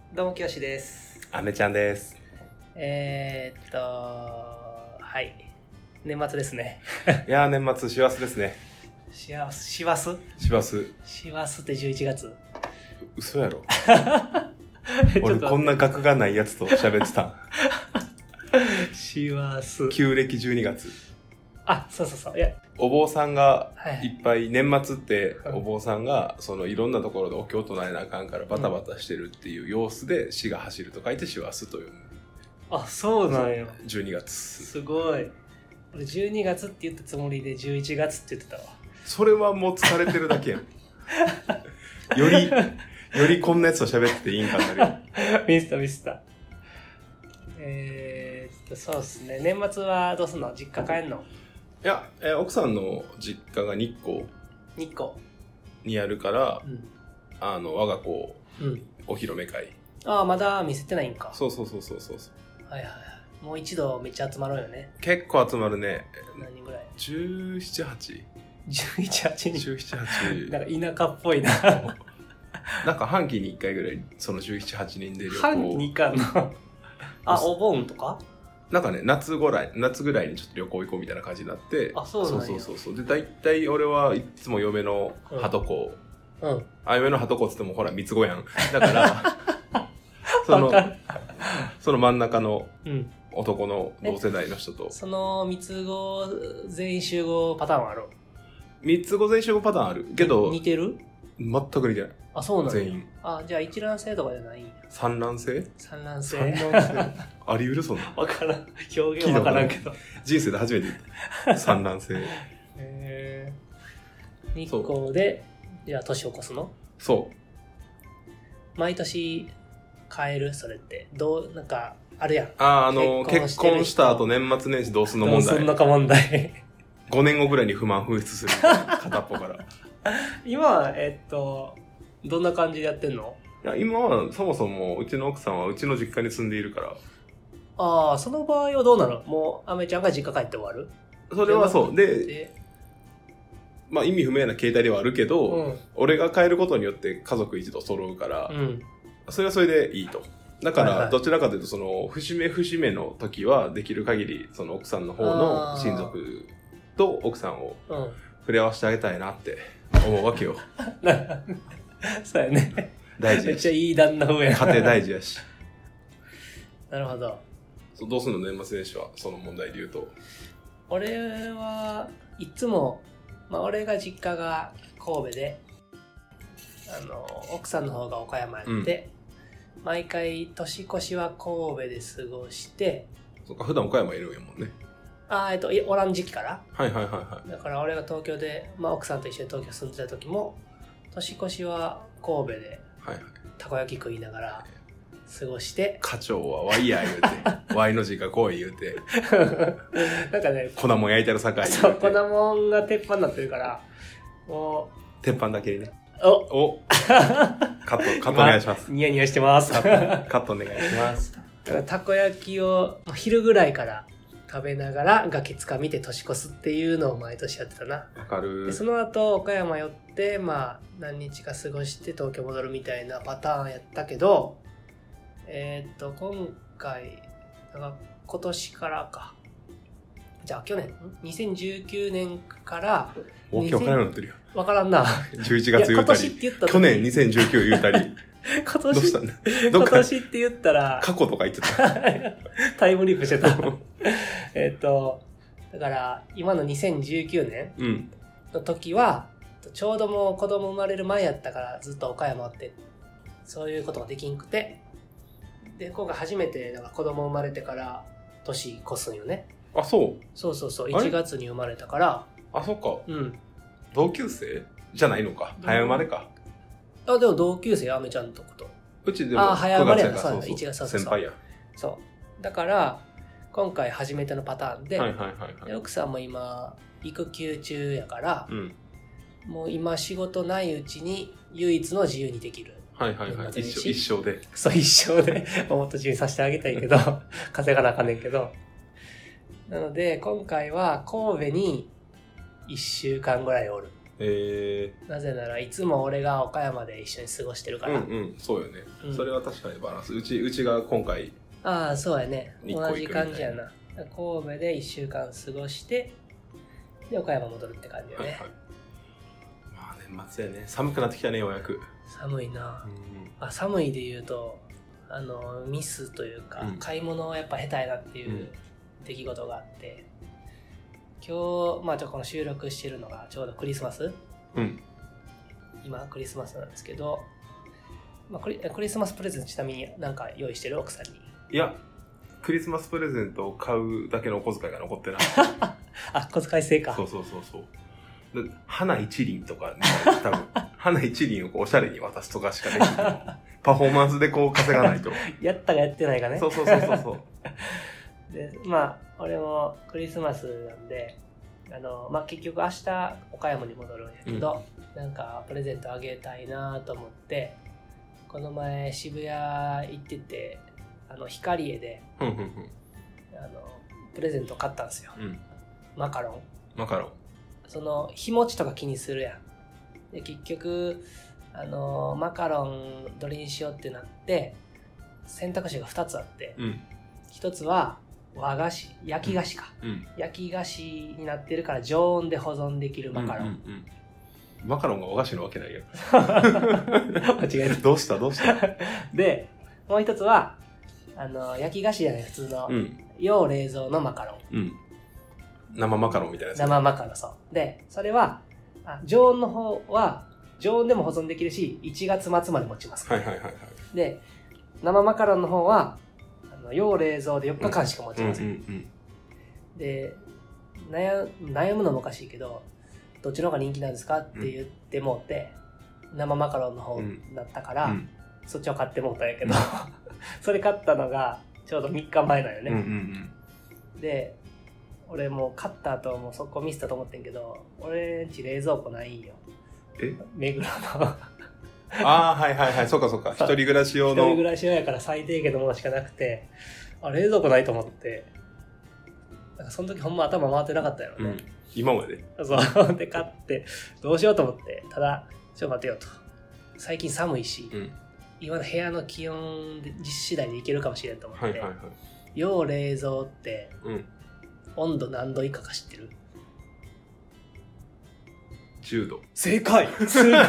どうもきよしです。 あめちゃんです。 はい。年末ですね。 いやー年末師走ですね。 師走師走。 師走って11月。 嘘やろ。俺こんな学がないやつと喋ってた。 師走。 旧暦12月。 あ、そう。いや、 お坊さんがはいいっぱい、年末ってお坊さんがそのいろんなところでお経を唱えなあかんからバタバタしてるっていう様子で死が走ると書いて師走という。 あ、そうなんや。 12月。 すごい。俺12月って言ったつもりで11月って言ってたわ。 それはもう疲れてるだけやん。よりこんなやつと喋ってていいんかなるよ。 ミスった。そうっすね。年末はどうすんの？実家帰んの？ いや、奥さんの実家が日光にあるから、我が子、お披露目会。 ああ、まだ見せてないんか。 そう。 はい。もう一度めっちゃ集まろうよね。 結構集まるね。 何人ぐらい？ 17、8。 17、8人。 17、8。 なんか田舎っぽいな。 なんか半期に1回ぐらい、その17、8人で旅行。 半期に1回のあ、お盆とか？ なんかね、夏ぐらいにちょっと旅行行こうみたいな感じになって、 あ、そうなんや。 そう。で、大体俺はいつも嫁の鳩子、嫁の鳩子っつってもほら三つ子やん。だから、その真ん中の男の同世代の人と。 その三つ子全員集合パターンはある？ 三つ子全員集合パターンあるけど、 似てる？ 全く似てない。 あ、そうなんや。 全員。 あ、じゃあ一卵性とかじゃないんや。 産卵性あり得るそんな。 わからん。表現わからんけど。 人生で初めて言った。産卵性。 日光で、じゃあ年を越すの？ そう。 毎年変える？それって。なんか、あるやん。 結婚した後年末年始どうすんの問題。 どうすんのか問題。 5年後ぐらいに不満噴出する。片っぽから。 今は、どんな感じでやってんの？ いや、今はそもそもうちの奥さんはうちの実家に住んでいるから。 ああ、その場合はどうなの？もう、アメちゃんが実家帰って終わる？ それはそう。で、まあ意味不明な形態ではあるけど、俺が帰ることによって家族一同揃うから、それはそれでいいと。だから、どちらかというと、その、節目の時はできる限り、その奥さんの方の親族と奥さんを触れ合わせてあげたいなって思うわけよ。 そうやね。 大事やし。 めっちゃいい旦那風や。 家庭大事やし。 なるほど。 どうすんの年末年始は、その問題で言うと。 俺はいつも、まあ俺が実家が神戸で、奥さんの方が岡山やって、毎回年越しは神戸で過ごして、 そっか、普段岡山いるんやもんね。 おらん時期から。 はい。 だから俺が東京で、まあ奥さんと一緒に東京住んでた時も、年越しは神戸で、たこ焼き食いながら過ごして。 課長はワイヤー言うて、ワイの字が来い言うて。 なんかね、 粉もん焼いてる境言うて。 そう、粉もんが鉄板になってるから、もう。鉄板だけにね。 おカットお願いします。 ニヤニヤしてます。 カットお願いします。 だからたこ焼きを昼ぐらいから食べながらガキつかみて年越すっていうのを毎年やってたな。 わかる。 でその後岡山寄ってまあ何日か過ごして東京戻るみたいなパターンやったけど、今回今年からか。じゃあ去年2019年からもう今日からなってるよ。 わからんな。 11月言うたり。 今年って言った去年2019言うたり。 今どうしたんだ今年って言ったら。 過去とか言ってた。 タイムリープしてた。だから、今の2019年の時は、ちょうどもう子供生まれる前やったからずっと岡山って、そういうことができんくて、で、今回初めてなんか子供生まれてから年越すんよね。 あ、そう？ そう。1月に生まれたから。 あ、そっか。同級生じゃないのか。早生まれか。 あ、でも同級生、アメちゃんとこと。 うちでも早生まれやな。 そう 1月そう。 先輩や。 そう。だから、今回初めてのパターンで、で奥さんも今、育休中やから、もう今仕事ないうちに唯一の自由にできる。 一生で。 そう、一生で。もっと自由にさせてあげたいけど、稼がなあかんねんけど。なので、今回は神戸に1週間ぐらいおる。 なぜならいつも俺が岡山で一緒に過ごしてるから。 そうよね、それは確かにバランス。うちが今回。 ああ、そうやね。同じ感じやな。神戸で1週間過ごして、で、岡山戻るって感じよね。 まあ年末やね。寒くなってきたね、ようやく。 寒いな。寒いで言うと、ミスというか、買い物やっぱ下手やなっていう出来事があって、今日、この収録してるのがちょうどクリスマス、今クリスマスなんですけど、クリスマスプレゼントちなみに何か用意してる奥さんに？ いや、クリスマスプレゼントを買うだけのお小遣いが残ってない。 あ、小遣い制か。 そう。花一輪とか、ね、多分花一輪をおしゃれに渡すとかしかできない。パフォーマンスで稼がないと。 やったかやってないかね。 そう。 で、俺もクリスマスなんで、結局明日岡山に戻るんやけど、なんかプレゼントあげたいなと思って、この前渋谷行ってて、光栄で、プレゼント買ったんですよ。マカロン。その日持ちとか気にするやん。で、結局マカロンどれにしようってなって、選択肢が2つあって、1つは和菓子、焼き菓子か、焼き菓子になってるから常温で保存できるマカロン。 マカロンが和菓子のわけないよ。 間違えた。 どうしたで、もう一つは焼き菓子じゃない普通の、要冷蔵のマカロン、 生マカロンみたいなやつ。 生マカロン、そうで、それは常温の方は常温でも保存できるし1月末まで持ちます。で、生マカロンの方は要冷蔵で4日間しか持ちません。で、悩むのもおかしいけど、どっちの方が人気なんですかって言ってもうて、生マカロンの方だったから、そっちを買ってもうたんやけど、それ買ったのがちょうど3日前なんよね。で、俺もう買った後もう速攻ミスったと思ってんけど、俺んち冷蔵庫ないんよ。目黒の。 そうか。一人暮らし用の。 一人暮らし用やから最低限のものしかなくて、冷蔵庫ないと思って、なんかその時ほんま頭回ってなかったよね。 今まで。 そうで買ってどうしようと思って、ただちょっと待てよと。最近寒いし、今の部屋の気温で実次第でいけるかもしれんと思って、要冷蔵って、温度何度以下か知ってる ？10度。 正解。すごい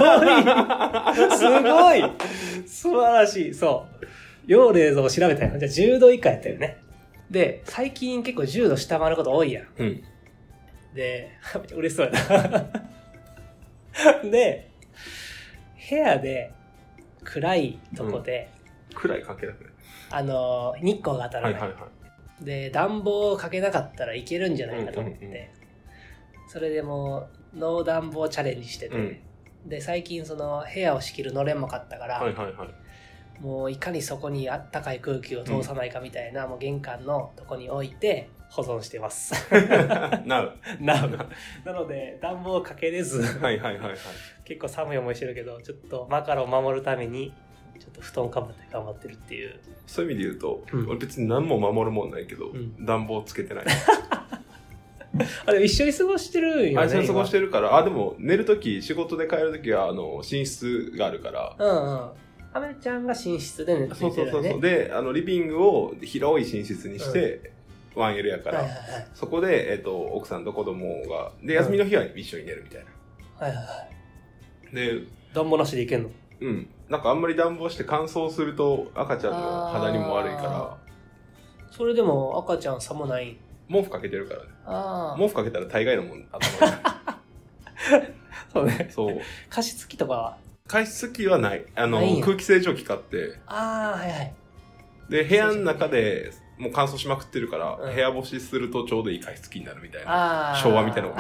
素晴らしい。そう。要冷蔵を調べたよ。じゃあ10度以下やったよね。で、最近結構10度下回ること多いやん。で、めっちゃ嬉しそうやな。で、部屋で暗いとこで、 暗い関係なくね。 日光が当たらない。で、暖房をかけなかったらいけるんじゃないかと思って、それでもうノー暖房チャレンジしてて、で最近その部屋を仕切るのれんも買ったから、もういかにそこにあったかい空気を通さないかみたいな、もう玄関のとこに置いて保存してますなので暖房かけれず結構寒い思いしてるけど、ちょっとマカロンを守るためにちょっと布団かぶって頑張ってるっていう。 そういう意味で言うと、俺別に何も守るもんないけど、暖房つけてないあれ一緒に過ごしてるよね。 一緒に過ごしてるから。でも寝るとき、仕事で帰るときは寝室があるから。 アメちゃんが寝室で寝てるよね。 そうでリビングを広い寝室にして、1L やから、そこで奥さんと子供がで休みの日は一緒に寝るみたいな。で暖房なしでいけんの？ なんかあんまり暖房して乾燥すると赤ちゃんの肌にも悪いから。それでも赤ちゃんさもない？ 毛布かけてるからね。毛布かけたら大概のもん頭にそうね。そう。加湿器とかは？ 加湿器はない。空気清浄機買って。で、部屋の中でもう乾燥しまくってるから、部屋干しするとちょうどいい加湿器になるみたいな。昭和みたいなこと。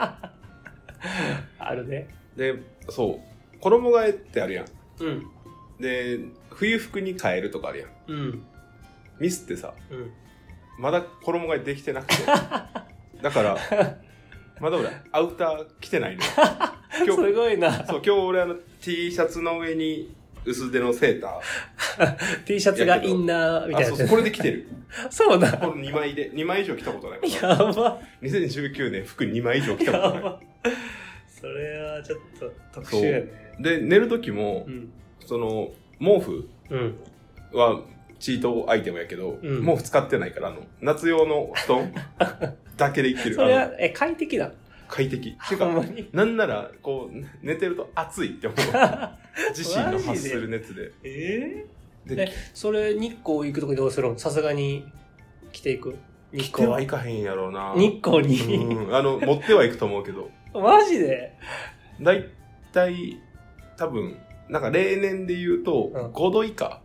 あるね。 で、そう。衣替えってあるやん。で、冬服に変えるとかあるやん。ミスってさ、まだ衣替えできてなくて。だから、まだ俺、アウター着てないのよ。 今日すごいな。 そう、今日俺T シャツの上に薄手のセーター。T シャツがインナーみたいな。 そう、これで着てる。 そうだ。 これ2枚以上着たことない。 やば。 2019年服2枚以上着たことない。 それはちょっと特殊やね。 で、寝るときも、その、毛布はチートアイテムやけど、毛布使ってないから、夏用の布団だけで生きてる。 それは、快適だ。 快適。てか、なんなら、こう、寝てると暑いって思う。自身の発する熱で。 で、それ日光行くときどうするの？さすがに着ていく？ 日光は行かへんやろうな。 日光に持っては行くと思うけど。 マジで？ だいたい、多分、なんか例年で言うと、5度以下。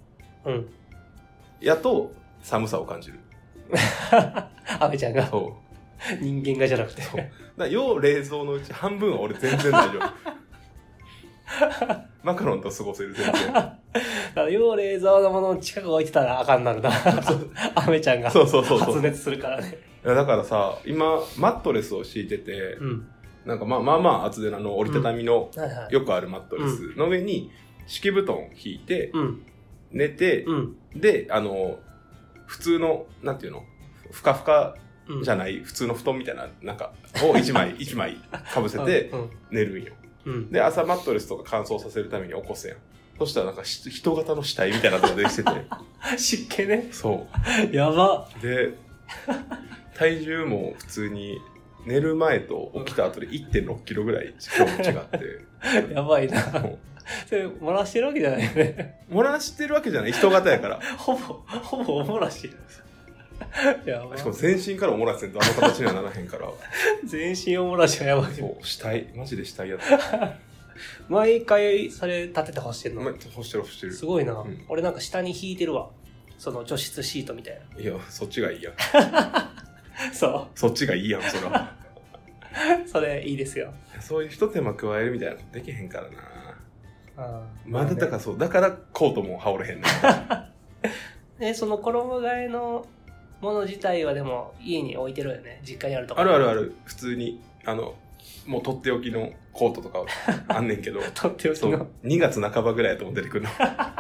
やと、寒さを感じる。 阿部ちゃんが？ そう。 人間がじゃなくて。 そう。要冷蔵のうち半分は俺全然大丈夫。マカロンと過ごせる、全然。 要冷蔵のものを近く置いてたらあかんなるな。アメちゃんが発熱するからね。 だからさ、今、マットレスを敷いてて、なんかまあ厚手の折りたたみのよくあるマットレスの上に敷布団を引いて、寝て、で、普通の、なんていうの、ふかふかじゃない普通の布団みたいな、なんか、を一枚かぶせて寝るんよ。で、朝マットレスとか乾燥させるために起こすやん。そしたらなんか人型の死体みたいなのができてて。 湿気ね。 そう。 やば。 で、体重も普通に寝る前と起きた後で 1.6 キロぐらい今日も違って。 やばいな。それ漏らしてるわけじゃないよね。 漏らしてるわけじゃない。人型やから。 ほぼお漏らし。 やばい。しかも全身からお漏らせんとあの形にはならへんから。 全身お漏らしはやばい。 そう、死体。マジで死体やった。 毎回それ立てて干してるの？ 干してる。 すごいな。俺なんか下に引いてるわ。その除湿シートみたいな。いや、そっちがいいやん。 そう。 そっちがいいやん、そら。 それいいですよ。 そういう一手間加えるみたいなのできへんからな。まだだからそう。だからコートも羽織れへんねん。 その衣替えのもの自体はでも家に置いてるよね。実家にあるとか。 ある。普通に、もうとっておきのコートとかあんねんけど。 とっておきの。 2月半ばぐらいやと思って出てくるの。い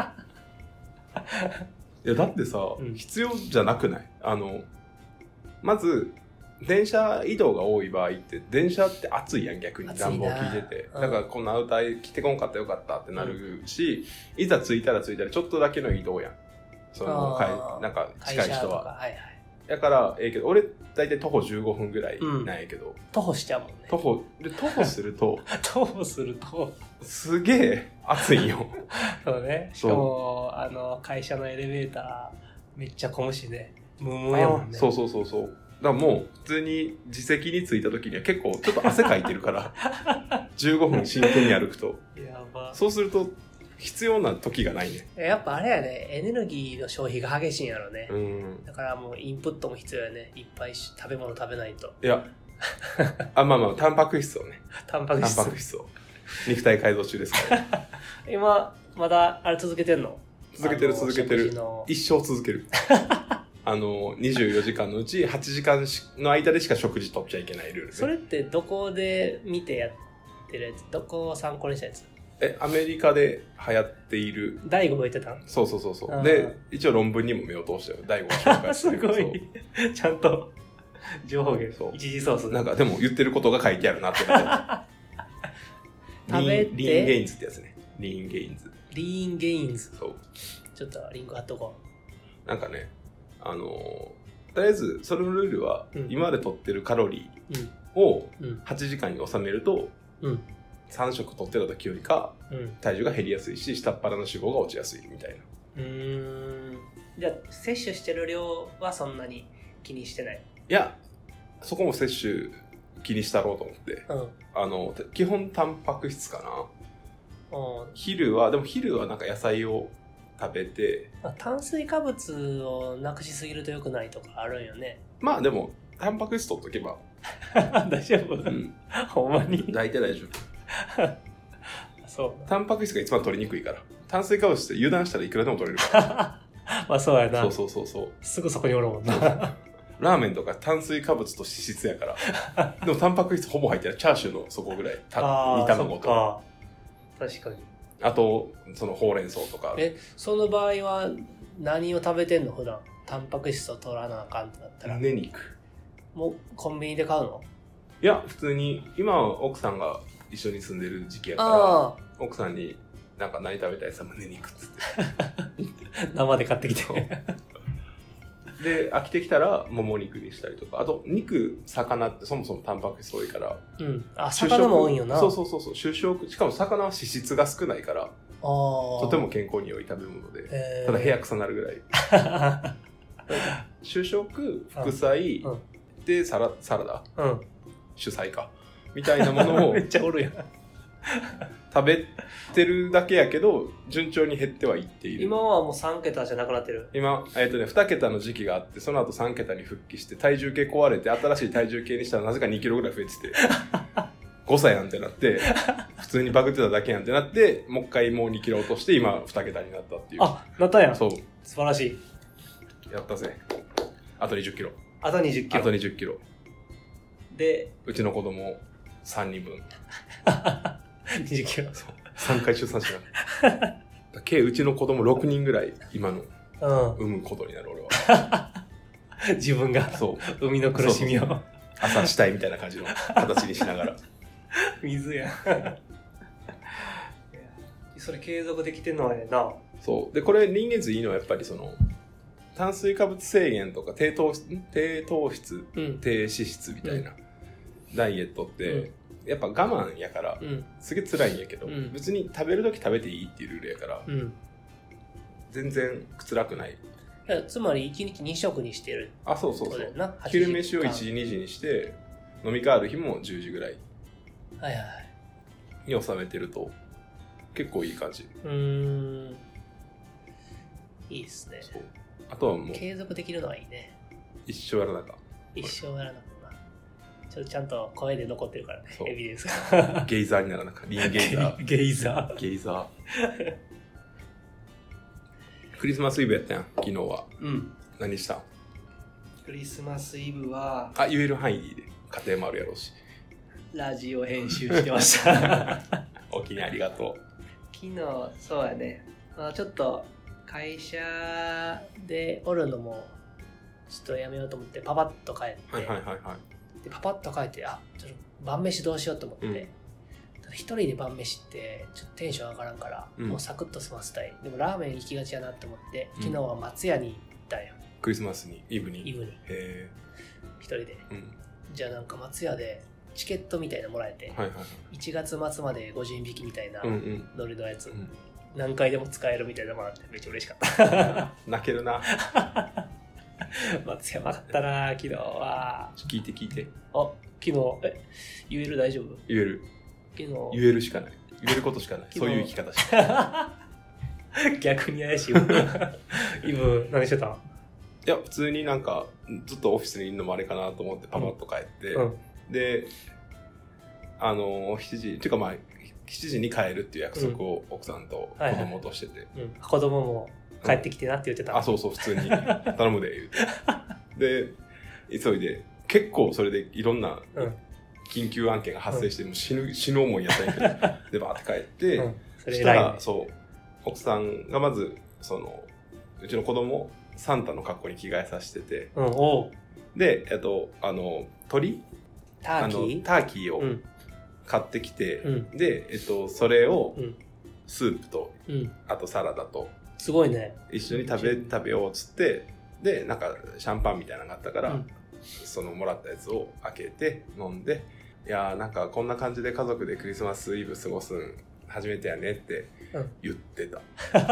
や、だってさ、必要じゃなくない？まず、電車移動が多い場合って、電車って暑いやん、逆に暖房効いてて。だからこんなアウター着てこんかったらよかったってなるし、いざ着いたらちょっとだけの移動やん。なんか近い人は。だから、けど、俺、だいたい徒歩15分ぐらいなんやけど。 徒歩しちゃうもんね。 徒歩すると、すげえ暑いよ。 そうね。しかも、会社のエレベーター、めっちゃ混むしね。無無やもんね。 そう。だからもう、普通に自席に着いた時には結構ちょっと汗かいてるから、15分真剣に歩くと。 やば。 そうすると、必要な時がないね。 やっぱあれやね、エネルギーの消費が激しいんやろね。だからもうインプットも必要やね。いっぱい食べ物食べないと。 いや。まあ、タンパク質をね。 タンパク質を。 肉体改造中ですから。 今、まだあれ続けてんの？ 続けてる。一生続ける。24時間のうち8時間の間でしか食事取っちゃいけないルール、ね。 それってどこで見てやってるやつ？どこを参考にしたやつ？ アメリカで流行っている。 大悟が言ってたん？ そう。で、一応論文にも目を通したよ。大悟が紹介してる。 すごい。ちゃんと、情報源。そう。一時ソース。 なんか、でも言ってることが書いてあるなって思って。リーンゲインズってやつね。リーンゲインズ。そう。 ちょっとリンク貼っとこう。なんかね、とりあえず、そのルールは、今まで取ってるカロリーを8時間に収めると、3食取ってた時よりか、体重が減りやすいし、下っ腹の脂肪が落ちやすいみたいな。 じゃあ、摂取してる量はそんなに気にしてない？ いや、そこも摂取気にしたろうと思って。基本タンパク質かな。昼はなんか野菜を食べて。 炭水化物をなくしすぎると良くないとかあるんよね。 まあでも、タンパク質取っとけば。 大丈夫？ほんまに？ 大体大丈夫。 そう。 タンパク質が一番取りにくいから。炭水化物って油断したらいくらでも取れるから。 まあそうやな。 そう。 すぐそこにおるもんな。 ラーメンとか炭水化物と脂質やから。でもタンパク質ほぼ入ってない。チャーシューのそこぐらい。煮卵と。 確かに。 あと、そのほうれん草とか。 その場合は何を食べてんの普段？タンパク質を取らなあかんってなったら。 胸肉。 もうコンビニで買うの？ いや、普通に、今は奥さんが一緒に住んでる時期やから、奥さんになんか何食べたいさ、胸肉っつって。 生で買ってきて。 で、飽きてきたら、もも肉にしたりとか。あと、肉、魚ってそもそもタンパク質多いから。 うん。あ、魚も多いよな。 そう。主食、しかも魚は脂質が少ないから、とても健康に良い食べ物で。ただ部屋臭なるぐらい。主食、副菜、で、サラダ、主菜か。みたいなものを。 めっちゃおるやん。 食べてるだけやけど、順調に減ってはいっている。 今はもう3桁じゃなくなってる。 今、2桁の時期があって、その後3桁に復帰して、体重計壊れて、新しい体重計にしたらなぜか2キロぐらい増えてて、5歳やんってなって、普通にバグってただけやんってなって、もう一回もう2キロ落として、今2桁になったっていう。 あ、なったやん。 そう。 素晴らしい。 やったぜ。あと20キロ。 あと20キロ。 あと20キロ。 で、 うちの子供3人分。 20キロ。 そう。3回出産しな計うちの子供6人ぐらい今の産むことになる俺は。 自分がそう生みの苦しみをそう朝したいみたいな感じの形にしながら。 水や。それ継続できてんのはええな。 そう。で、これ人間図いいのはやっぱりその、炭水化物制限とか低糖質、低脂質みたいな、ダイエットって、やっぱ我慢やから、すげえ辛いんやけど、別に食べるとき食べていいっていうルールやから、全然辛くない。 つまり1日2食にしてる。 あ、そう。昼飯を1時2時にして、飲み会ある日も10時ぐらいに収めてると、結構いい感じ。 いいですね。 そう。あとはもう継続できるのはいいね。 一生やらなか。 一生やらなか。ちゃんと声で残ってるからね。エビデンスが。ゲイザーにならなか。リンゲイザー。 ゲイザー。クリスマスイブやったやん、昨日は。何したん？ クリスマスイブは、 言える範囲で家庭もあるやろうし。 ラジオ編集してました。 お気にありがとう。 昨日、そうやね。ちょっと会社でおるのもちょっとやめようと思ってパパッと帰って、でパパッと帰ってちょっと晩飯どうしようと思って、ただ一人で晩飯ってちょっとテンション上がらんから、もうサクッと済ませたい。でもラーメン行きがちやなって思って、昨日は松屋に行ったんよ。 クリスマスにイブに一人で、じゃあなんか松屋でチケットみたいなのもらえて、1月末まで50引きみたいなノリのやつ、何回でも使えるみたいなのもらってめっちゃ嬉しかった泣けるな。 松屋まかったな昨日は。 聞いて。 昨日言える？大丈夫？ 言える。 昨日言えるしかない。言えることしかない。そういう生き方しかない。逆に怪しいわ。イブ何してたん？ いや普通になんかずっとオフィスにいるのもあれかなと思ってパパッと帰って、で7時っていうか7時に帰るっていう約束を奥さんと子供としてて、 子供も帰ってきてなって言ってた。 そう普通に頼むで言うてで急いで結構それでいろんな緊急案件が発生して、もう死ぬ思いやったんやけどでバーって帰って、そしたら奥さんがまずうちの子供サンタの格好に着替えさせてて、で鳥ターキーを買ってきて、でそれをスープと、あとサラダとすごいね一緒に食べようっつって、でなんかシャンパンみたいなのがあったから、そのもらったやつを開けて飲んで、いやーなんかこんな感じで家族でクリスマスイブ過ごすん初めてやねって言ってた。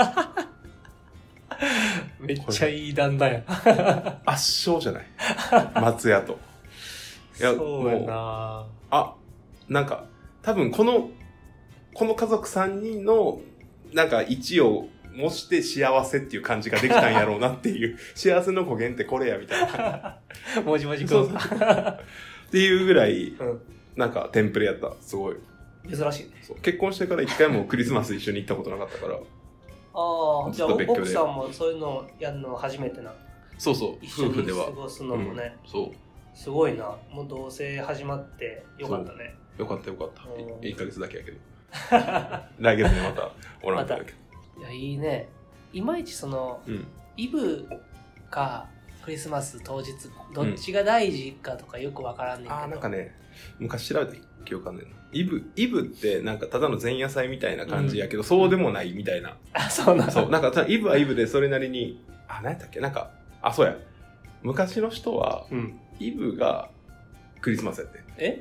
めっちゃいい旦那や。 圧勝じゃない松屋と。 いやそうやな。 なんか多分この家族3人のなんか一を模して幸せっていう感じができたんやろうなっていう幸せの語源ってこれやみたいなもじもじくんっていうぐらい、なんかテンプレやった。すごい珍しいね。 結婚してから一回もクリスマス一緒に行ったことなかったから。 じゃあ奥さんもそういうのやるの初めてな。 そう一緒に過ごすのもね、すごいな。もう同棲始まってよかったね。 よかった1ヶ月だけやけど来月にまたおらんとやけど、 いやいいね。いまいちイブかクリスマス当日どっちが大事かとかよくわからんねんけど、 なんかね昔調べた記憶あんねんな。イブってなんかただの前夜祭みたいな感じやけど、そうでもないみたいな。 そうなんそう、なんかイブはイブでそれなりに、何やったっけ、なんか、そうや。昔の人は、イブがクリスマスやって。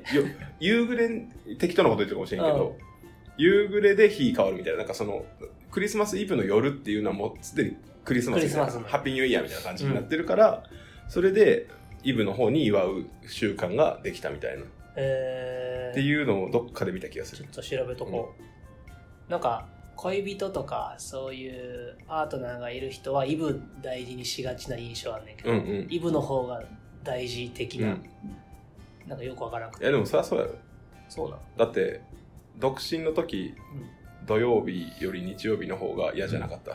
夕暮れ、適当なこと言ってるかもしれんけど、夕暮れで日変わるみたいな、なんかその、クリスマスイブの夜っていうのはもうすでにクリスマスみたいな、ハッピーニューイヤーみたいな感じになってるから、それで、イブの方に祝う習慣ができたみたいな。っていうのをどっかで見た気がする。 ちょっと調べとこう。なんか、恋人とかそういうパートナーがいる人はイブ大事にしがちな印象あんねんけど、イブの方が大事的な、なんかよくわからんくて。 いやでもそりゃそうやろ。 そうなの。 だって独身の時、土曜日より日曜日の方が嫌じゃなかった。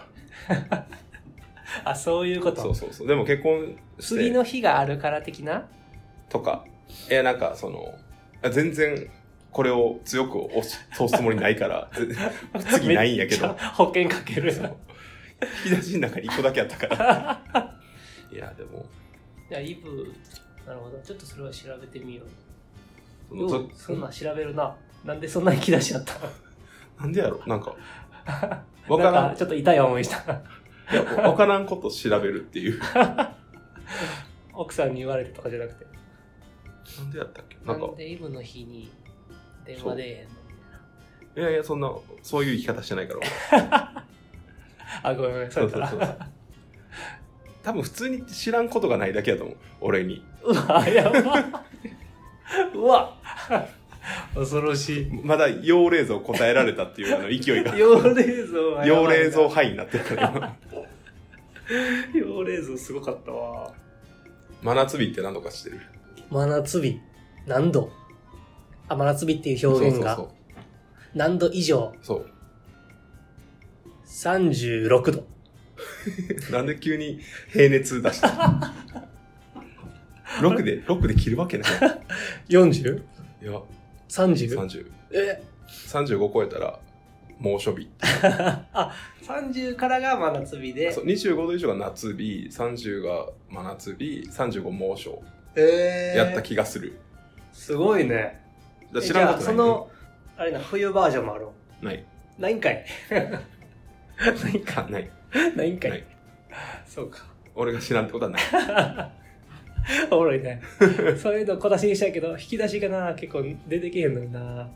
そういうこと。 そう。でも結婚して次の日があるから的なとか、なんかその全然これを強く通すつもりないから次ないんやけど保険かける。 引き出しの中に1個だけあったからいやでもイブなるほど、ちょっとそれは調べてみよう。そんなん調べるな。なんでそんな引き出しあったなんでやろ、なんかわからん、ちょっと痛い思いした。 いや分からんこと調べるっていう奥さんに言われてとかじゃなくて、 なんでやったっけ、 なんでイブの日に電話でいやそういう生き方してないからごめんそう多分普通に知らんことがないだけやと思う、俺に。 うわやばうわ恐ろしい。 まだ用冷蔵答えられたっていう勢いが用冷蔵は用冷蔵範囲になってるから今用冷蔵すごかったわ。 真夏日って何度かしてる？ 真夏日何度？真夏日っていう表現が何度以上？ そう 36度なんで急に平熱出した6で切るわけない 40？ いや 30？ 35超えたら猛暑日 30からが真夏日で、 そう25度以上が夏日、30が真夏日、35猛暑やった気がする。 すごいね。 知らんことない、ね、 そのあれな、冬バージョンもある？ないんかいないんかい。そうか。 俺が知らんってことはないおもろいね。そういうの小出しにしたいけど、引き出しがな、結構出てけへんのにな。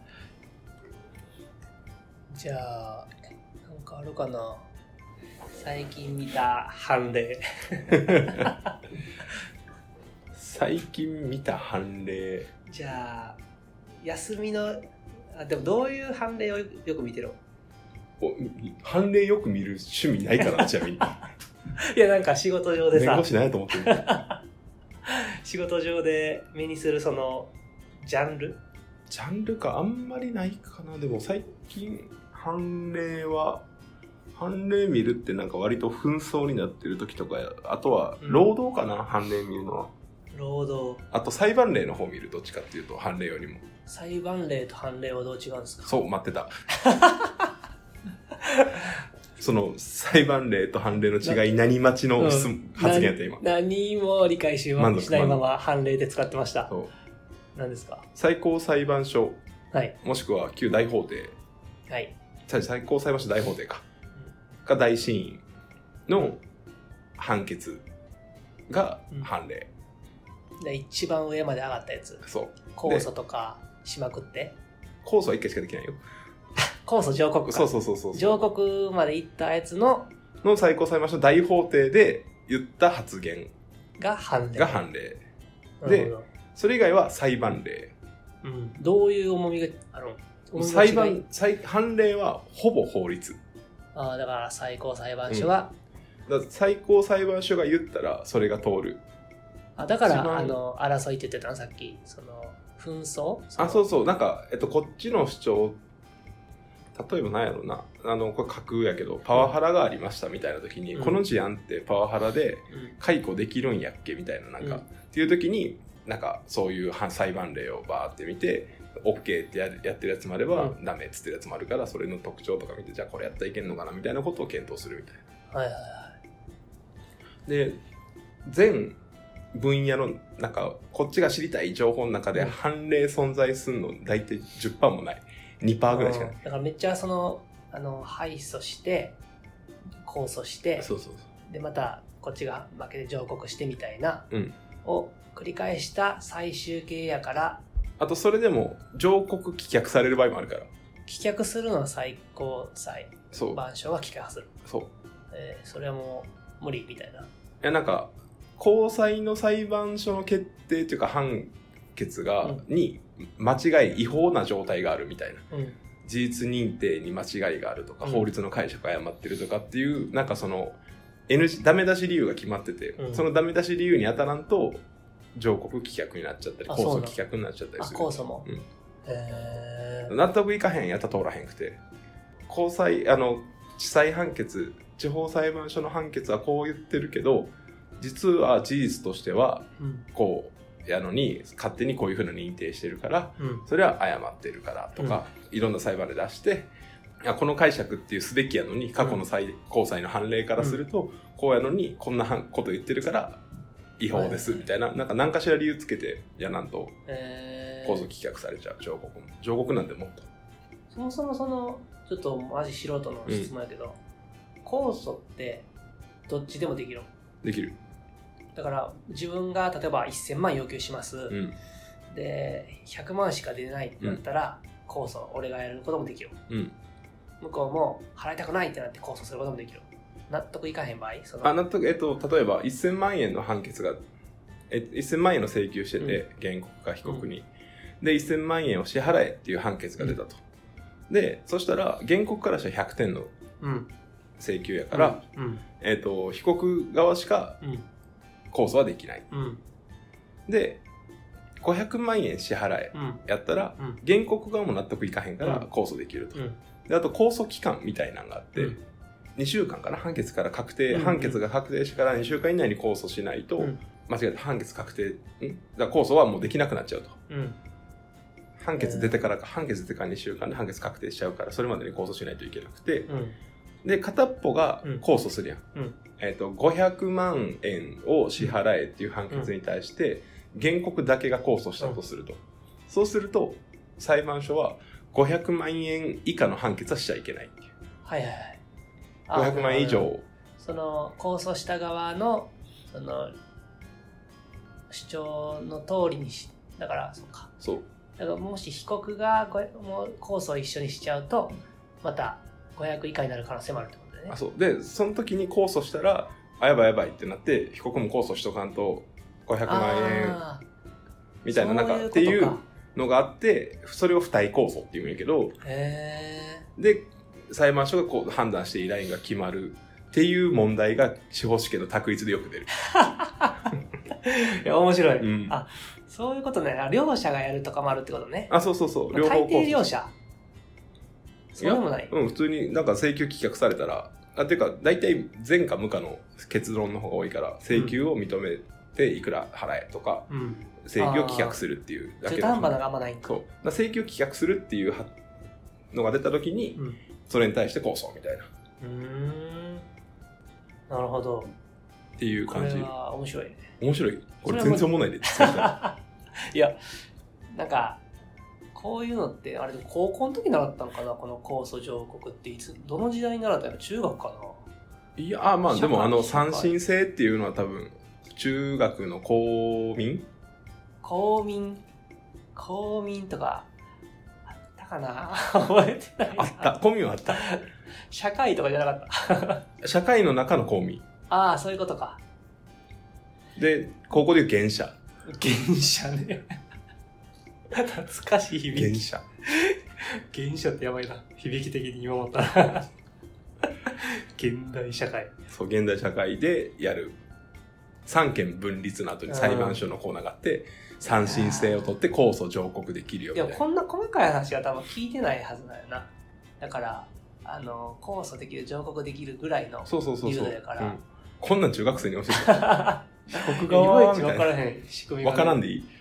じゃあ、なんかあるかな。最近見た判例。 最近見た判例。 じゃあ、休みの、でもどういう判例をよく見てる？ 判例よく見る趣味ないかな、ちなみに。 いや、なんか仕事上でさ。 弁護士ないと思ってる。 仕事上で目にするそのジャンルかあんまりないかな。でも最近判例見るってなんか割と紛争になってる時とか、あとは労働かな、判例見るのは。 労働。 あと裁判例の方見る、どっちかっていうと判例よりも。 裁判例と判例はどう違うんですか？ そう、待ってた。その裁判例と判例の違い、何待ちの発言やった今。 何も理解しないまま判例で使ってました。そう。何ですか？ 最高裁判所、もしくは旧大法廷、最高裁判所大法廷か、が大審院の判決が判例。 で一番上まで上がったやつ。そう。控訴とかしまくって。 控訴は1回しかできないよ。 控訴上告か。 そう上告まで行ったやつの最高裁判所大法廷で言った発言が判例で、それ以外は裁判例。 どういう重みがあるの？ 判例はほぼ法律。 だから最高裁判所は、 最高裁判所が言ったらそれが通る。 だから争いって言ってたのさっき、その紛争？ そうなんかこっちの主張、例えば何やろうな、これ架空やけどパワハラがありましたみたいな時に、この事案ってパワハラで解雇できるんやっけみたいな、なんか、っていう時になんかそういう裁判例をバーって見て OK ってやってるやつもあれば、ダメっつってるやつもあるから、それの特徴とか見て、じゃあこれやったらいけんのかなみたいなことを検討するみたいな。で全分野のなんかこっちが知りたい情報の中で判例存在するの大体 10% もない 2% ぐらいしかない。 だからめっちゃ敗訴して控訴してそうでまたこっちが負けて上告してみたいな、 うん、 を繰り返した最終形やから。 あとそれでも上告棄却される場合もあるから。 棄却するのは最高裁判所が棄却する。 そう、 それはもう無理みたいな。いやなんか高裁の裁判所の決定というか判決に間違い違法な状態があるみたいな、事実認定に間違いがあるとか、法律の解釈が誤ってるとかっていうなんかそのダメ出し理由が決まってて、そのダメ出し理由に当たらんと上告棄却になっちゃったり、控訴棄却になっちゃったりする。 控訴も、 納得いかへんやったら通らへんくて、高裁地裁判決、地方裁判所の判決はこう言ってるけど実は事実としてはこうやのに勝手にこういうふうな認定してるから、それは誤ってるからとか、いろんな裁判で出して、いやこの解釈っていうすべきやのに過去の高裁の判例からすると、こうやのにこんなこと言ってるから違法ですみたいな、なんか何かしら理由つけてやなんと控訴棄却されちゃう。上告なんてもっと。 そもそもちょっとマジ素人の質問やけど、控訴ってどっちでもできるの？ できる。 だから自分が例えば1000万要求します、で100万しか出ないってなったら、控訴俺がやることもできる、向こうも払いたくないってなって控訴することもできる。納得いかへん場合納得、例えば1000万円の判決が1000万円の請求してて、原告か被告に、で1000万円を支払えっていう判決が出たと、でそしたら原告からしたら100点の請求やから、被告側しか控訴はできない、で500万円支払えやったら、原告側も納得いかへんから控訴できると、であと控訴期間みたいなのがあって、2週間かな、判決が確定してから2週間以内に控訴しないと、間違えた、判決確定だから控訴はもうできなくなっちゃうと、判決出てから2週間で判決確定しちゃうから、それまでに控訴しないといけなくて、で片っぽが控訴するやん、500万円を支払えっていう判決に対して原告だけが控訴したとすると、そうすると裁判所は500万円以下の判決はしちゃいけないっていう。500万円以上、 その控訴した側のその主張の通りにだから、そうだからもし被告がもう控訴を一緒にしちゃうとまた500以下になる可能性もあるってことだよね。 そうで、その時に控訴したらやばいってなって被告も控訴しとかんと500万円みたいな、なんかっていうのがあって、それを付帯控訴っていうんやけど、で裁判所がこう判断して依頼が決まるっていう問題が司法試験の択一でよく出る。 いや面白い、そういうことね。両者がやるとかもあるってことね。 そう両方大抵両者そうでもない。 普通になんか請求棄却されたら、っていうか大体前か無かの結論の方が多いから、請求を認めていくら払えとか、請求を棄却するっていうだけ中途半端ながあんまないんか。 そう請求棄却するっていうのが出た時に、それに対して控訴みたいな。 なるほど。 っていう感じ。 これは面白いね。 面白い。これ全然思わないで。 いや、なんかこういうのってあれで高校の時習ったのかな、この控訴上告ってどの時代に習ったの？中学かな。 いやでも三審制っていうのは多分中学の公民とかあったかな。覚えてない。 公民はあった。 社会とかじゃなかった社会の中の公民。 そういうことか。 で高校でいう原社ね。懐かしい響き。原社ってやばいな、響き的に今思ったら。現代社会。 そう、現代社会でやる三権分立の後に裁判所のコーナーがあって、三審制を取って控訴上告できるよみたいな。 いや、こんな細かい話は多分聞いてないはずだよな。だから控訴できる、上告できるぐらいの理由だから、 こんなん中学生に教えて被告側みたいな。 分からへん仕組みが。 分からんでいい。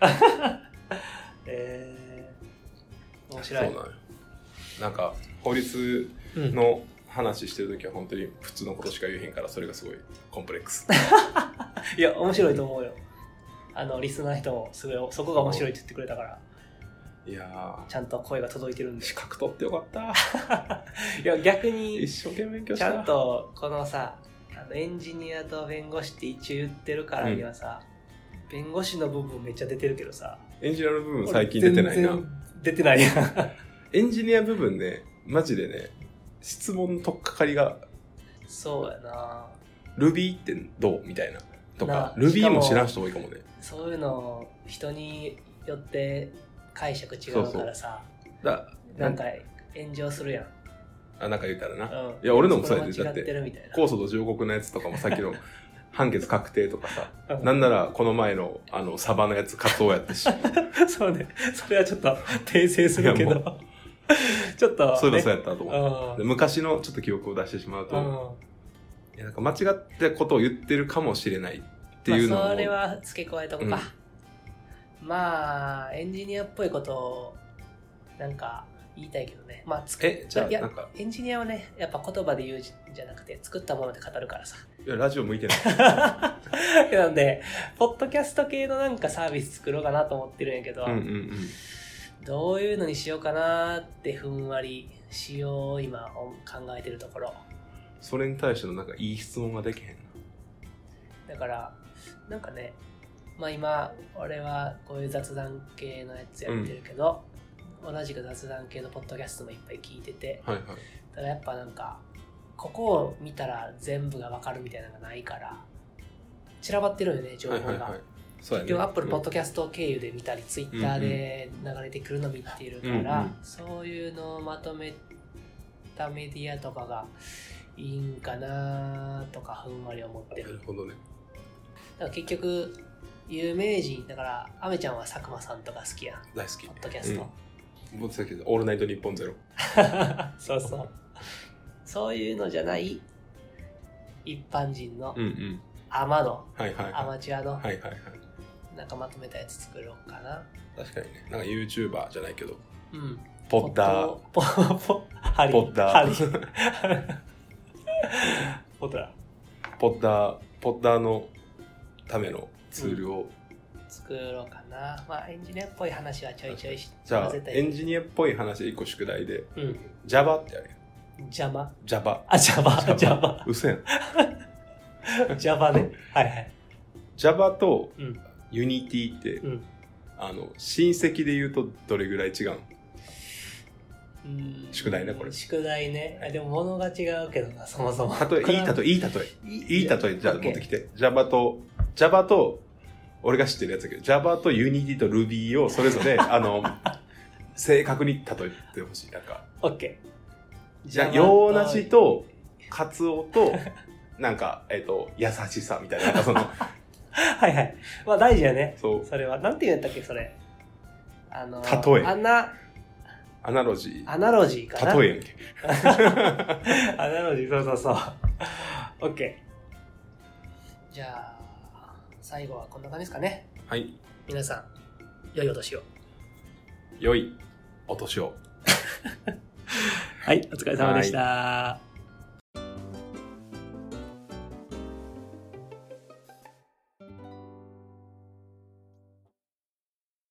面白い。 そうなのよ。なんか法律の話してるときは本当に普通のことしか言えへんから、それがすごいコンプレックス。 いや面白いと思うよ。 リスナーの人もすごいそこが面白いって言ってくれたから、 いやちゃんと声が届いてるんで。 資格取ってよかった。 いや逆に一生懸命勉強した。 ちゃんとこのさ、エンジニアと弁護士って一応言ってるからにはさ、弁護士の部分めっちゃ出てるけどさ、 エンジニアの部分最近出てないな。 出てないやん。 エンジニア部分ね、マジでね、質問の取っかかりが、 そうやな。 Ruby ってどうみたいなとか、Ruby も知らん人多いかもね。 そういうの人によって解釈違うからさ、なんか炎上するやん。 なんか言ったらな。いや、俺のもそうやで、だって、 控訴と上告のやつとかもさっきの判決確定とかさ、なんならこの前のサバのやつカツオやったし。 そうね。それはちょっと訂正するけど。ちょっと、ね。 そういうのそうやったと思う。昔のちょっと記憶を出してしまうと、いやなんか間違ったことを言ってるかもしれないっていうのを。 それは付け加えとこうか。まあ、エンジニアっぽいことを、なんか、言いたいけどね。まあ、 じゃあなんかエンジニアはね、やっぱ言葉で言うんじゃなくて、作ったもので語るからさ。 いや、ラジオ向いてない。 なんで、ポッドキャスト系のなんかサービス作ろうかなと思ってるんやけど、どういうのにしようかなってふんわりしよう今考えてるところ。 それに対してのなんかいい質問ができへんな。 だから、なんかね、まあ今、俺はこういう雑談系のやつやってるけど、同じく雑談系のポッドキャストもいっぱい聞いてて、ただやっぱなんか、ここを見たら全部がわかるみたいなのがないから、散らばってるよね、情報が。結局 Apple Podcast 経由で見たり、Twitter で流れてくるの見てるから、そういうのをまとめたメディアとかがいいんかなとかふんわり思ってる。 なるほどね。 だから結局、有名人、だから、アメちゃんは佐久間さんとか好きやん。 大好き。 ポッドキャスト。 僕さっきオールナイトニッポンゼロ。 そうそう。そういうのじゃない一般人のアマチュアのなんかまとめたやつ作ろうかな。 確かにね。なんか YouTuber じゃないけど、 ポッダーポッダーのためのツールを作ろうかな。まあエンジニアっぽい話はちょいちょいして。 じゃあエンジニアっぽい話で一個宿題で、Java ってあるよ。 Java。 Java。うせん。 Java ね。はいはい。 Java と Unity って、親戚で言うとどれぐらい違うの？宿題ね、これ。 宿題ね。でも物が違うけどな、そもそも。 いい例え、じゃあ持ってきて。Java と、俺が知ってるやつだけど、Java と Unity と Ruby をそれぞれ、正確に例えてほしい。なんか。 OK。 じゃあ、洋梨と、カツオと、なんか、優しさみたいな。なんかそのはいはい。まあ大事やね。そう。それは。なんて言うんだっけ、それ。例え。アナロジーかな。 例えやんけ。 アナロジー、そう。OK。じゃあ、最後はこんな感じですかね。 はい。 皆さん、良いお年を。 良いお年を。 はい、お疲れ様でした。